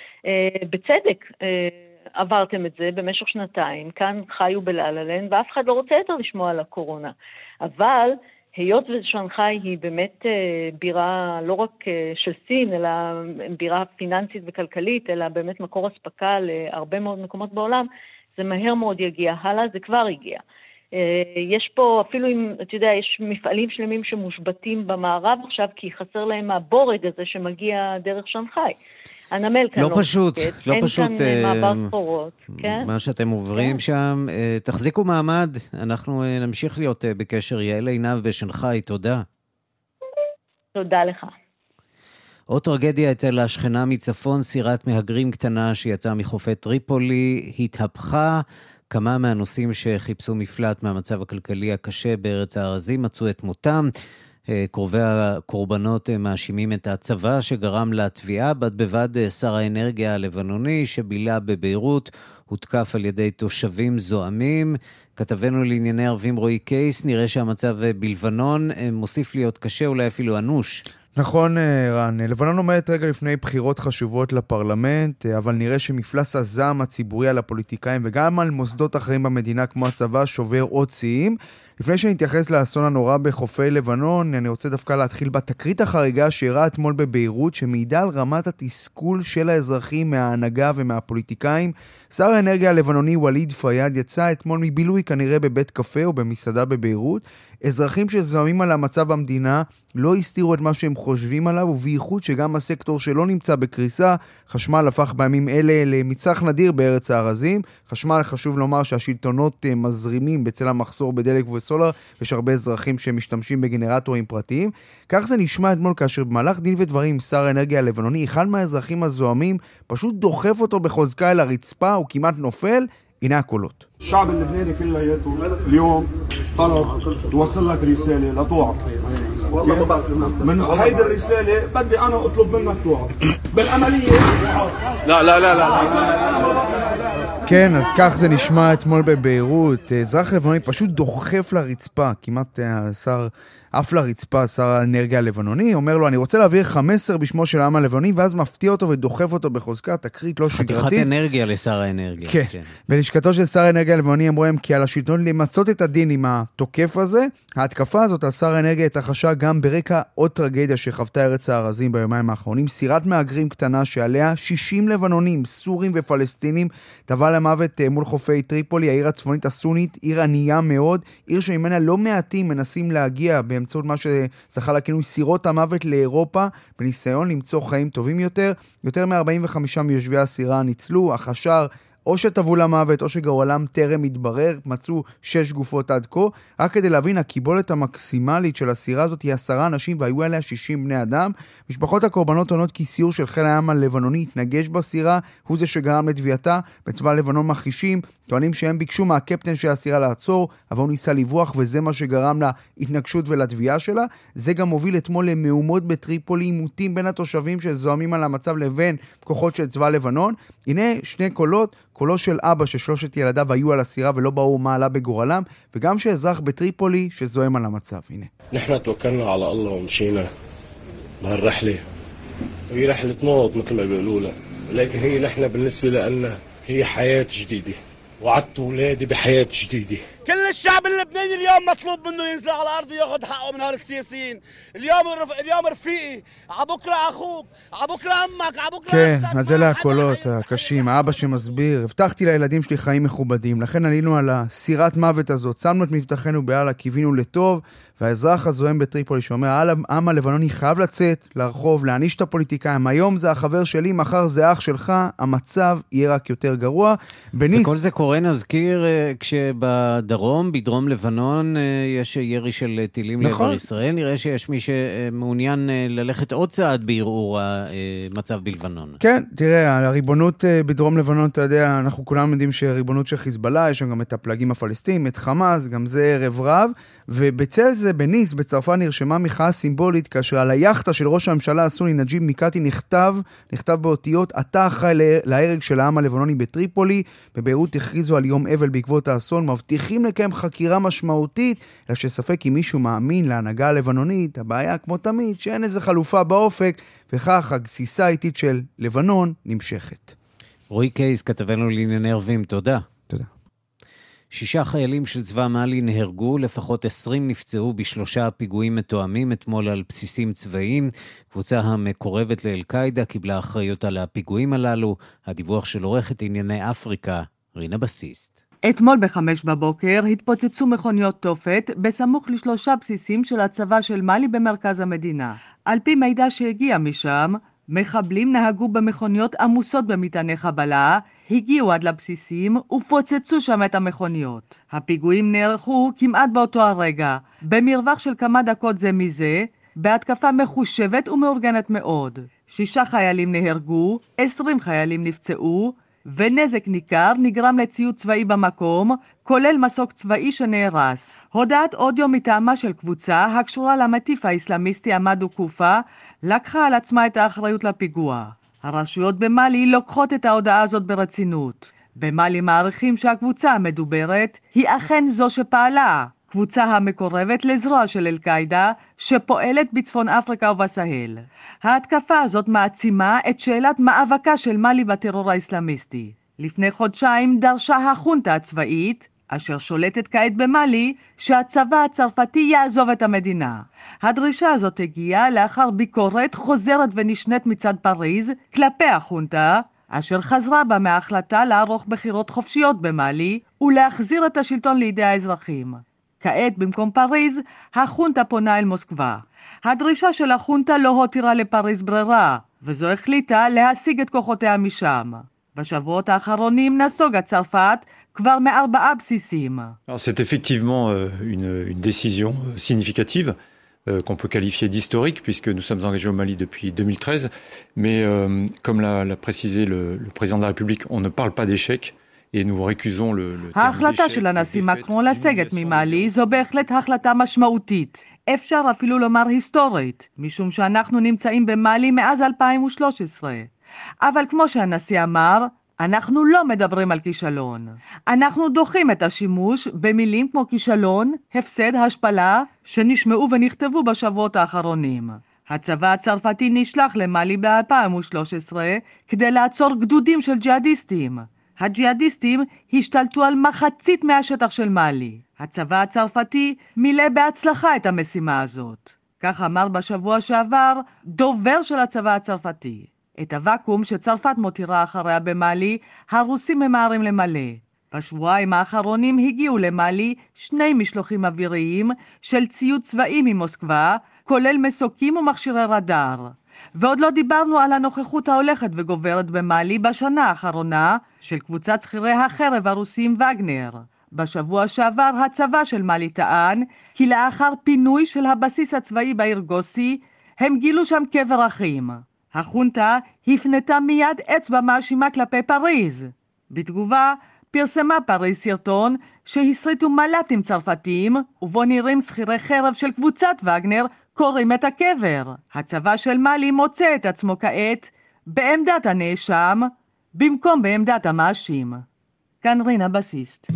בצדק עברתם את זה במשך שנתיים, כאן חיו בלהללן, ואף אחד לא רוצה יותר לשמוע על הקורונה. אבל היות ושנגחאי היא באמת בירה לא רק של סין, אלא בירה פיננסית וכלכלית, אלא באמת מקור הספקה להרבה מאוד מקומות בעולם, זה מהר מאוד יגיע הלאה, זה כבר הגיע. יש פה, אפילו אם, אתה יודע, יש מפעלים שלמים שמושבתים במערב עכשיו, כי חסר להם הבורג הזה שמגיע דרך שנגחאי. הנמל כאן לא פשוט, לא פשוט. אין כאן מעבר סחורות, כן? מה שאתם עוברים שם, תחזיקו מעמד, אנחנו נמשיך להיות בקשר. יעל עינב בשנגחאי, תודה. תודה לך. עוד טרגדיה אצל השכנה מצפון, סירת מהגרים קטנה שיצאה מחופי טריפולי, התהפכה. כמה מהנוסעים שחיפשו מפלט מהמצב הכלכלי הקשה בארץ הארזים מצאו את מותם. קרובי הקורבנות מאשימים את הצבא שגרם לתביעה, בד בבד שר האנרגיה הלבנוני שבילה בביירות הותקף על ידי תושבים זועמים. כתבנו לענייני ערבים רועי קייס, נראה שהמצב בלבנון מוסיף להיות קשה, אולי אפילו אנוש. נכון, רן. לבנון עומדת רגע לפני בחירות חשובות לפרלמנט, אבל נראה שמפלס הזעם הציבורי על הפוליטיקאים וגם על מוסדות אחרים במדינה כמו הצבא שובר עוד שיאים. לפני שנתייחס לאסון הנורא בחופי לבנון, אני רוצה דווקא להתחיל בתקרית החריגה שאירעה אתמול בביירות, שמעידה על רמת התסכול של האזרחים מההנהגה ומהפוליטיקאים. שר האנרגיה הלבנוני וליד פיאד יצא אתמול מבילוי כנראה בבית קפה או במסעדה בביירות. אזרחים שזועמים על המצב במדינה לא הסתירו את מה שהם חושבים עליו, ובייחוד שגם הסקטור שלא נמצא בקריסה. חשמל הפך בימים אלה למצרך נדיר בארץ הארזים. חשמל, חשוב לומר שהשלטונות מזרימים בצל המחסור בדלק וסולר, ויש הרבה אזרחים שמשתמשים בגנרטורים פרטיים. כך זה נשמע אתמול כאשר במהלך דין ודברים שר האנרגיה הלבנוני, אחד מהאזרחים הזועמים פשוט דוחף אותו בחוזקה אל הרצפה, הוא כמעט נופל. הנה הקולות. الشعب اللبناني كلياته اليوم طلب توصل لك رساله لتوعى والله من هيدي الرساله بدي انا اطلب منك توعى بالعمليه لا لا لا لا כן, אז כך זה נשמע אתמול בביירות. אזרח לבנוני פשוט דוחף לרצפה, כמעט שר אף לרצפה, שר האנרגיה הלבנוני, אומר לו, אני רוצה להעביר חמסר בשמו של העם הלבנוני, ואז מפתיע אותו ודוחף אותו בחוזקה, תקרית לא שגרתית. חתיכת אנרגיה לשר האנרגיה. כן. כן. בלשכתו של שר האנרגיה הלבנוני אמרו הם כי על השלטון למצות את הדין עם התוקף הזה. ההתקפה הזאת על שר האנרגיה התרחשה גם ברקע עוד טרגדיה שחוותה ארץ הארזים ביומיים האחרונים, סירת מהגרים קטנה שעליה שישים לבנונים, סורים ופלסטינים, טבע למוות מול חופי טריפולי, העיר הצפונית הסונית, עיר ענייה מאוד, עיר שממנה לא מעטים מנסים להגיע באמצעות מה שזכה לכינוי סירות המוות לאירופה, בניסיון למצוא חיים טובים יותר. יותר מ-ארבעים וחמישה מיושבי הסירה ניצלו, החשר או שטבעו למוות או שגורלם טרם מתברר, מצאו שש גופות עד כה. רק כדי להבין, הקיבולת המקסימלית של הסירה הזאת היא עשרה אנשים והיו עליה שישים בני אדם. משפחות הקורבנות עונות כי סיור של חיל הים הלבנוני התנגש בסירה, הוא זה שגרם לתביעתה. בצבא לבנון מכחישים, טוענים שהם ביקשו מהקפטן של הסירה לעצור, אבל הוא ניסה לברוח וזה מה שגרם להתנגשות ולתביעה שלה. זה גם מוביל אתמול למהומות בטריפולי, עימותים בין התושבים שזועמים על המצב לבין כוחות של צבא לבנון. הנה שני קולות, קולו של אבא ששלושת ילדיו היו על הסירה ולא באו מה עלה בגורלם, וגם שאזרח בטריפולי שזועם על המצב. הנה. نحن توكلنا على الله ومشينا بهالرحلة وهي رحلة موت مثل ما بيقولوا لها، لكن هي نحن بالنسبة لنا هي حياة جديدة وعدت أولادي بحياة جديدة. كل الشعب اللبناني اليوم مطلوب منه ينزل على الأرض وياخد حقه من هالسياسيين. اليوم اليوم رفيقي، عبكرة أخوك، عبكرة أمك، عبكرة כן, אז אלה הקולות הקשים, האבא שמסביר, הבטחתי לילדים שלי חיים מכובדים, לכן עלינו על הסירת מוות הזאת, שמנו את מבטחנו בעלה, קיווינו לטוב, והאזרח הזוהם בטריפולי שאומר, העם הלבנוני חייב לצאת לרחוב, להעניש את הפוליטיקאים, היום זה החבר שלי, מחר זה אח שלך, המצב יהיה רק יותר גרוע. וכל זה קורה, נזכיר, כשבדרום בדרום, בדרום לבנון, יש ירי של טילים לעבר ישראל. נראה שיש מי שמעוניין ללכת עוד צעד בערעור המצב בלבנון. כן, תראה, הריבונות בדרום לבנון, אתה יודע, אנחנו כולם יודעים שריבונות של חיזבאללה, יש שם גם את הפלגים הפלסטינים, את חמאס, גם זה ערב רב, ובצל זה בניס, בצרפת נרשמה מחאה סימבולית, כאשר על היחטה של ראש הממשלה הסוני נג'יב מיקאטי נכתב, נכתב באותיות, אתה אחראי להרג של העם הלבנוני בטריפולי, בביירות הכריזו על יום אבל בעקבות האסון, מבטיחים לקיים חקירה משמעותית, אלא שספק אם מישהו מאמין להנהגה הלבנונית, הבעיה כמו תמיד, שאין איזה חלופה באופק, וכך הגסיסה האיטית של לבנון נמשכת. רועי קייס, כתבנו לענייני ערבים, תודה. תודה. שישה חיילים של צבא מאלי נהרגו, לפחות עשרים נפצעו בשלושה פיגועים מתואמים אתמול על בסיסים צבאיים. קבוצה המקורבת לאל-קאידה קיבלה אחריות על הפיגועים הללו. הדיווח של עורכת ענייני אפריקה, רינה בסיסט. אתמול בחמש בבוקר התפוצצו מכוניות תופת בסמוך לשלושה בסיסים של הצבא של מאלי במרכז המדינה. על פי מידע שהגיע משם, מחבלים נהגו במכוניות עמוסות במטעני חבלה, הגיעו עד לבסיסים ופוצצו שם את המכוניות. הפיגועים נערכו כמעט באותו הרגע, במרווח של כמה דקות זה מזה, בהתקפה מחושבת ומאורגנת מאוד. שישה חיילים נהרגו, עשרים חיילים נפצעו, ונזק ניכר נגרם לציוד צבאי במקום, כולל מסוק צבאי שנהרס. הודעת אודיו מטעמה של קבוצה הקשורה למטיף האסלאמיסטי עמדו קופה, לקחה על עצמה את האחריות לפיגוע. הרשויות במאלי לוקחות את ההודעה הזאת ברצינות. במאלי מעריכים שהקבוצה המדוברת היא אכן זו שפעלה, קבוצה המקורבת לזרוע של אל-קאידה שפועלת בצפון אפריקה ובסהל. ההתקפה הזאת מעצימה את שאלת מאבקה של מאלי בטרור האסלאמיסטי. לפני חודשיים דרשה החונטה הצבאית, אשר שולטת כעת במאלי, שהצבא הצרפתי יעזוב את המדינה. הדרישה הזאת הגיעה לאחר ביקורת חוזרת ונשנית מצד פריז כלפי החונטה, אשר חזרה בה מההחלטה לערוך בחירות חופשיות במאלי ולהחזיר את השלטון לידי האזרחים. כעת במקום פריז, החונטה פונה אל מוסקבה. הדרישה של החונטה לא הותירה לפריז ברירה, וזו החליטה להשיג את כוחותיה משם. בשבועות האחרונים נסוגה צרפת כבר מארבעה בסיסים. C'est effectivement une, une décision significative euh, qu'on peut qualifier d'historique puisque nous sommes engagés au Mali depuis deux mille treize, mais euh, comme l'a, l'a précisé le, le président de la République, on ne parle pas d'échec. ההחלטה של הנשיא מקרון לסגת ממאלי זו בהחלט החלטה משמעותית. אפשר אפילו לומר היסטורית, משום שאנחנו נמצאים במאלי מאז אלפיים ושלוש עשרה. אבל כמו שהנשיא אמר, אנחנו לא מדברים על כישלון. אנחנו דוחים את השימוש במילים כמו כישלון, הפסד, השפלה, שנשמעו ונכתבו בשבועות האחרונים. הצבא הצרפתי נשלח למאלי ב-אלפיים ושלוש עשרה כדי לעצור גדודים של ג'יהאדיסטים. הג'יהאדיסטים השתלטו על מחצית מהשטח של מאלי. הצבא הצרפתי מילא בהצלחה את המשימה הזאת. כך אמר בשבוע שעבר דובר של הצבא הצרפתי. את הוואקום שצרפת מותירה אחריה במאלי, הרוסים ממהרים למלא. בשבועיים האחרונים הגיעו למאלי שני משלוחים אוויריים של ציוד צבאי ממוסקבה, כולל מסוקים ומכשירי רדאר. ועוד לא דיברנו על הנוכחות ההולכת וגוברת במאלי בשנה האחרונה של קבוצת שכירי החרב הרוסים וגנר. בשבוע שעבר הצבא של מאלי טען כי לאחר פינוי של הבסיס הצבאי בעיר גוסי, הם גילו שם קבר אחים. החונטה הפנתה מיד אצבע מאשימה כלפי פריז. בתגובה פרסמה פריז סרטון שהסריטו מל"טים צרפתיים, ובו נראים שכירי חרב של קבוצת וגנר קוראים את הקבר. הצבא של מאלי מוצא את עצמו כעת בעמדת הנאשם במקום בעמדת המאשים. כאן רינה בסיסט.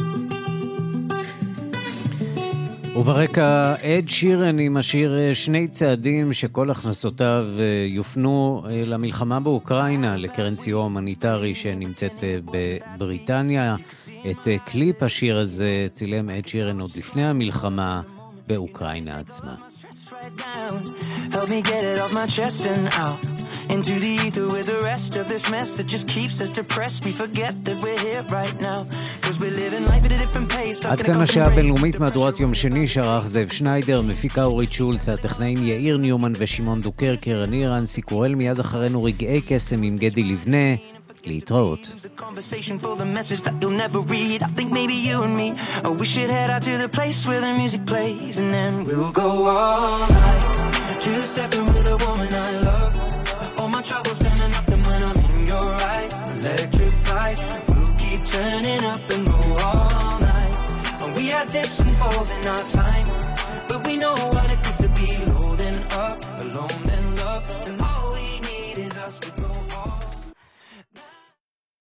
וברקע אד שירן עם השיר שני צעדים שכל הכנסותיו יופנו למלחמה באוקראינה, לקרן סיוע הומניטרי שנמצאת בבריטניה. את קליפ השיר הזה צילם אד שירן עוד לפני המלחמה באוקראינה עצמה. Help me get it off my chest and out into the ether with the rest of this mess that just keeps us depressed. We forget that we're here right now because we're living life at a different pace. עד כאן השעה הבינלאומית מהדורת יום שני, שערך זאב שניידר, מפיקה אורית שולץ, הטכנאים יאיר ניומן ושמעון דוקרקר, אני רנסי קורל. מיד אחרינו רגעי קסם עם גדי לבנה. להתראות. Conversation for the message that you'll never read. I think maybe you and me, oh, we should head out to the place where the music plays, and then we'll go all night. Just stepping with a woman I love. All my troubles standing up, and when I'm in your eyes, electrified. We'll keep turning up and go all night. And we had dips and falls in our time, but we know what it is to be low then up, alone then love, and all we need is us to go.